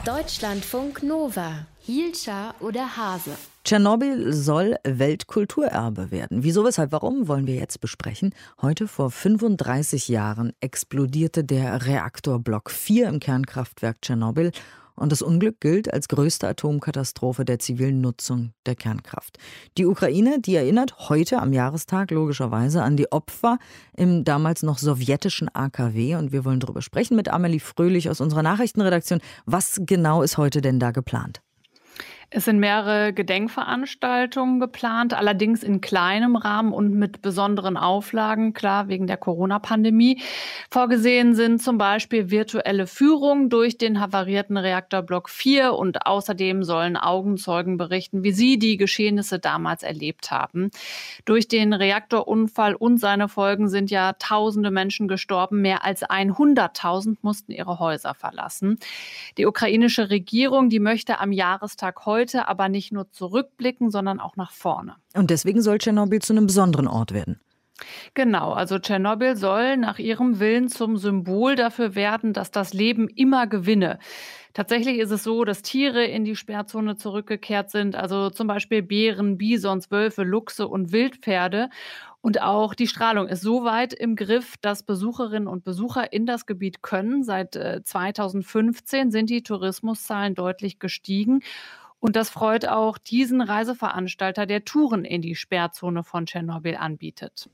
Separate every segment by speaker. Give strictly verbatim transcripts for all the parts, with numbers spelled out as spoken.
Speaker 1: Deutschlandfunk Nova. Hielscher oder Hase?
Speaker 2: Tschernobyl soll Weltkulturerbe werden. Wieso, weshalb, warum, wollen wir jetzt besprechen. Heute vor fünfunddreißig Jahren explodierte der Reaktorblock vier im Kernkraftwerk Tschernobyl. Und das Unglück gilt als größte Atomkatastrophe der zivilen Nutzung der Kernkraft. Die Ukraine, die erinnert heute am Jahrestag logischerweise an die Opfer im damals noch sowjetischen A K W. Und wir wollen darüber sprechen mit Amelie Fröhlich aus unserer Nachrichtenredaktion. Was genau ist heute denn da geplant?
Speaker 3: Es sind mehrere Gedenkveranstaltungen geplant, allerdings in kleinem Rahmen und mit besonderen Auflagen, klar wegen der Corona-Pandemie. Vorgesehen sind zum Beispiel virtuelle Führungen durch den havarierten Reaktorblock vier und außerdem sollen Augenzeugen berichten, wie sie die Geschehnisse damals erlebt haben. Durch den Reaktorunfall und seine Folgen sind ja tausende Menschen gestorben, mehr als hunderttausend mussten ihre Häuser verlassen. Die ukrainische Regierung, die möchte am Jahrestag heute Heute aber nicht nur zurückblicken, sondern auch nach vorne.
Speaker 2: Und deswegen soll Tschernobyl zu einem besonderen Ort werden.
Speaker 3: Genau, also Tschernobyl soll nach ihrem Willen zum Symbol dafür werden, dass das Leben immer gewinne. Tatsächlich ist es so, dass Tiere in die Sperrzone zurückgekehrt sind, also zum Beispiel Bären, Bisons, Wölfe, Luchse und Wildpferde. Und auch die Strahlung ist so weit im Griff, dass Besucherinnen und Besucher in das Gebiet können. Seit äh, zweitausendfünfzehn sind die Tourismuszahlen deutlich gestiegen. Und das freut auch diesen Reiseveranstalter, der Touren in die Sperrzone von Tschernobyl anbietet.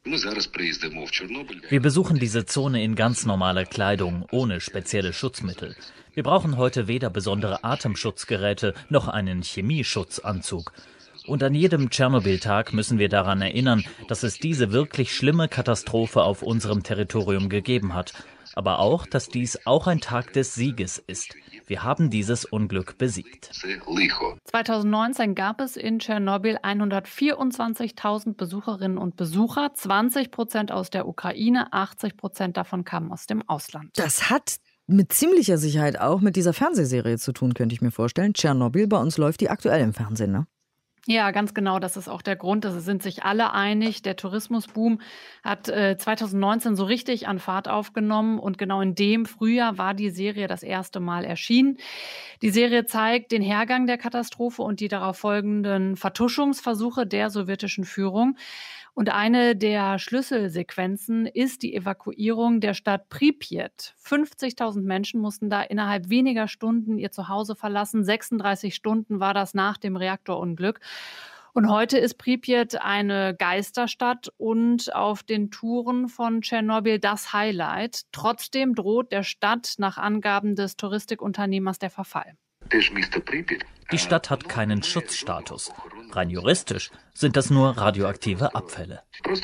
Speaker 4: Wir besuchen diese Zone in ganz normaler Kleidung, ohne spezielle Schutzmittel. Wir brauchen heute weder besondere Atemschutzgeräte noch einen Chemieschutzanzug. Und an jedem Tschernobyl-Tag müssen wir daran erinnern, dass es diese wirklich schlimme Katastrophe auf unserem Territorium gegeben hat. Aber auch, dass dies auch ein Tag des Sieges ist. Wir haben dieses Unglück besiegt.
Speaker 3: zweitausendneunzehn gab es in Tschernobyl hundertvierundzwanzigtausend Besucherinnen und Besucher, zwanzig Prozent aus der Ukraine, achtzig Prozent davon kamen aus dem Ausland.
Speaker 2: Das hat mit ziemlicher Sicherheit auch mit dieser Fernsehserie zu tun, könnte ich mir vorstellen. Tschernobyl, bei uns läuft die aktuell im Fernsehen, ne?
Speaker 3: Ja, ganz genau. Das ist auch der Grund. Da sind sich alle einig. Der Tourismusboom hat äh, zweitausendneunzehn so richtig an Fahrt aufgenommen. Und genau in dem Frühjahr war die Serie das erste Mal erschienen. Die Serie zeigt den Hergang der Katastrophe und die darauf folgenden Vertuschungsversuche der sowjetischen Führung. Und eine der Schlüsselsequenzen ist die Evakuierung der Stadt Pripyat. fünfzigtausend Menschen mussten da innerhalb weniger Stunden ihr Zuhause verlassen. sechsunddreißig Stunden war das nach dem Reaktorunglück. Und heute ist Pripyat eine Geisterstadt und auf den Touren von Tschernobyl das Highlight. Trotzdem droht der Stadt nach Angaben des Touristikunternehmers der Verfall.
Speaker 4: Die Stadt hat keinen Schutzstatus. Rein juristisch sind das nur radioaktive Abfälle.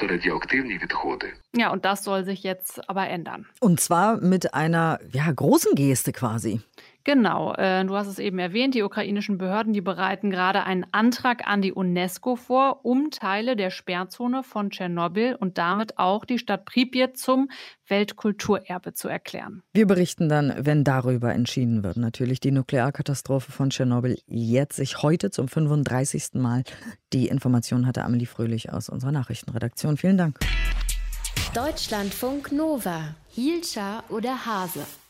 Speaker 3: Ja, und das soll sich jetzt aber ändern.
Speaker 2: Und zwar mit einer ja, großen Geste quasi.
Speaker 3: Genau, äh, du hast es eben erwähnt, die ukrainischen Behörden, die bereiten gerade einen Antrag an die UNESCO vor, um Teile der Sperrzone von Tschernobyl und damit auch die Stadt Pripyat zum Weltkulturerbe zu erklären.
Speaker 2: Wir berichten dann, wenn darüber entschieden wird. Natürlich die Nuklearkatastrophe von Tschernobyl jährt sich heute zum fünfunddreißigsten Mal. Die Information hatte Amelie Fröhlich aus unserer Nachrichtenredaktion. Vielen Dank.
Speaker 1: Deutschlandfunk Nova. Hielscher oder Hase?